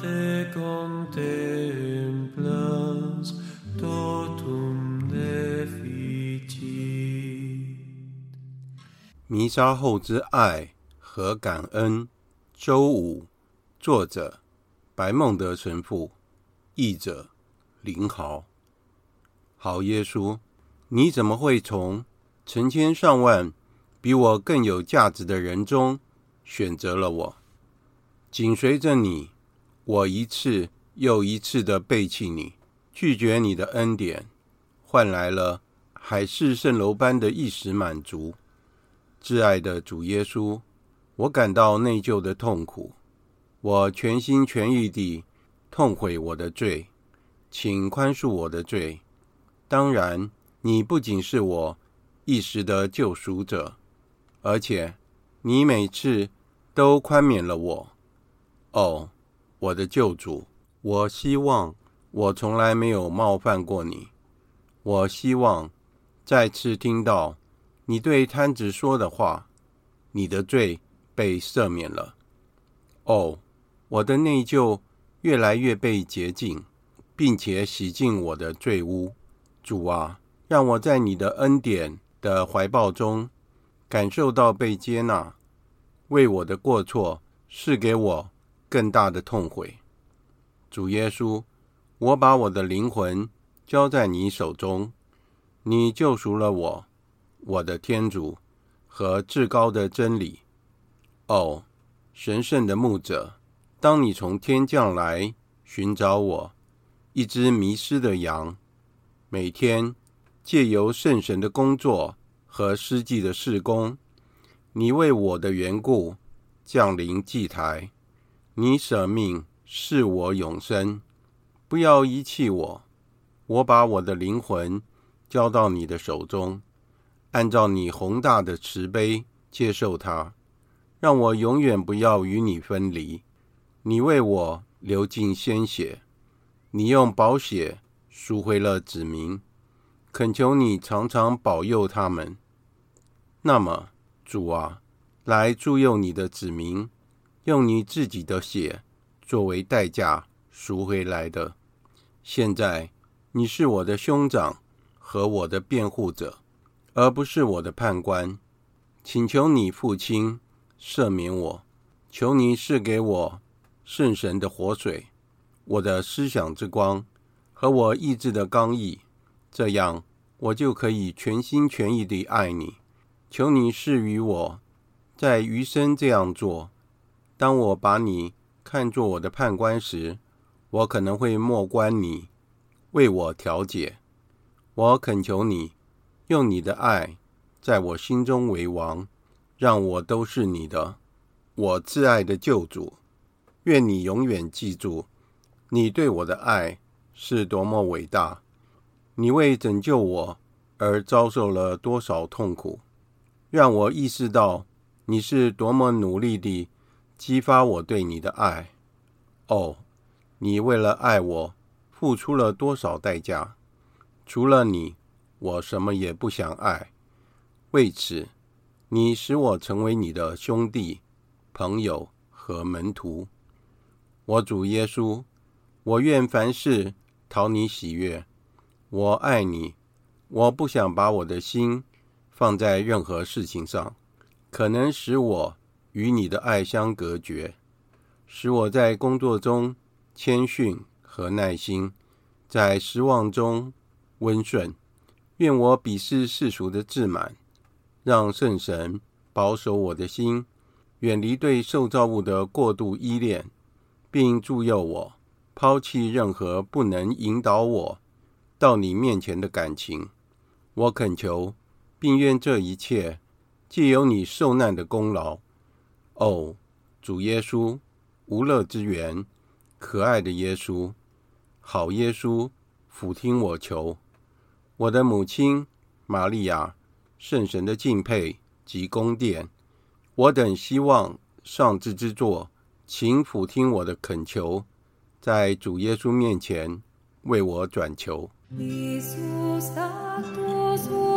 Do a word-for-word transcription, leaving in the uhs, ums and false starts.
te contemplas, totum deficit。 弥撒后之爱和感恩，周五，作者白孟德神父，译者林豪。好耶稣，你怎么会从成千上万比我更有价值的人中选择了我？紧随着你，我一次又一次的背弃你，拒绝你的恩典，换来了海市蜃楼般的一时满足。挚爱的主耶稣，我感到内疚的痛苦，我全心全意地痛悔我的罪，请宽恕我的罪。当然，你不仅是我一时的救赎者，而且你每次都宽免了我。哦，我的救主，我希望我从来没有冒犯过你。我希望再次听到你对摊子说的话，你的罪被赦免了。哦，我的内疚越来越被洁净，并且洗净我的罪污。主啊，让我在你的恩典的怀抱中感受到被接纳，为我的过错赐给我更大的痛悔。主耶稣，我把我的灵魂交在你手中，你救赎了我，我的天主和至高的真理。哦，神圣的牧者，当你从天降来寻找我，一只迷失的羊，每天借由圣神的工作和施祭的事工，你为我的缘故降临祭台，你舍命赐我永生。不要遗弃我，我把我的灵魂交到你的手中，按照你宏大的慈悲接受它，让我永远不要与你分离。你为我流尽鲜血，你用宝血赎回了子民，恳求你常常保佑他们。那么，主啊，来助佑你的子民，用你自己的血作为代价赎回来的。现在，你是我的兄长和我的辩护者，而不是我的判官。请求你父亲赦免我，求你赐给我圣神的活水，我的思想之光和我意志的刚毅，这样我就可以全心全意地爱你。求你赐予我在余生这样做。当我把你看作我的判官时，我可能会默观你，为我调解。我恳求你用你的爱在我心中为王，让我都是你的。我挚爱的救主，愿你永远记住你对我的爱是多么伟大，你为拯救我而遭受了多少痛苦，让我意识到你是多么努力地激发我对你的爱。哦，你为了爱我付出了多少代价，除了你，我什么也不想爱。为此，你使我成为你的兄弟、朋友和门徒。我主耶稣，我愿凡事讨你喜悦。我爱你，我不想把我的心放在任何事情上，可能使我与你的爱相隔绝，使我在工作中谦逊和耐心，在失望中温顺。愿我鄙视世俗的自满，让圣神保守我的心，远离对受造物的过度依恋，并助佑我抛弃任何不能引导我到你面前的感情。我恳求，并愿这一切藉由你受难的功劳。哦，主耶稣，无乐之源，可爱的耶稣，好耶稣，俯听我求。我的母亲玛利亚，圣神的敬佩及宫殿，我等希望上智之作，请俯听我的恳求，在主耶稣面前为我转求。 Iisus, Status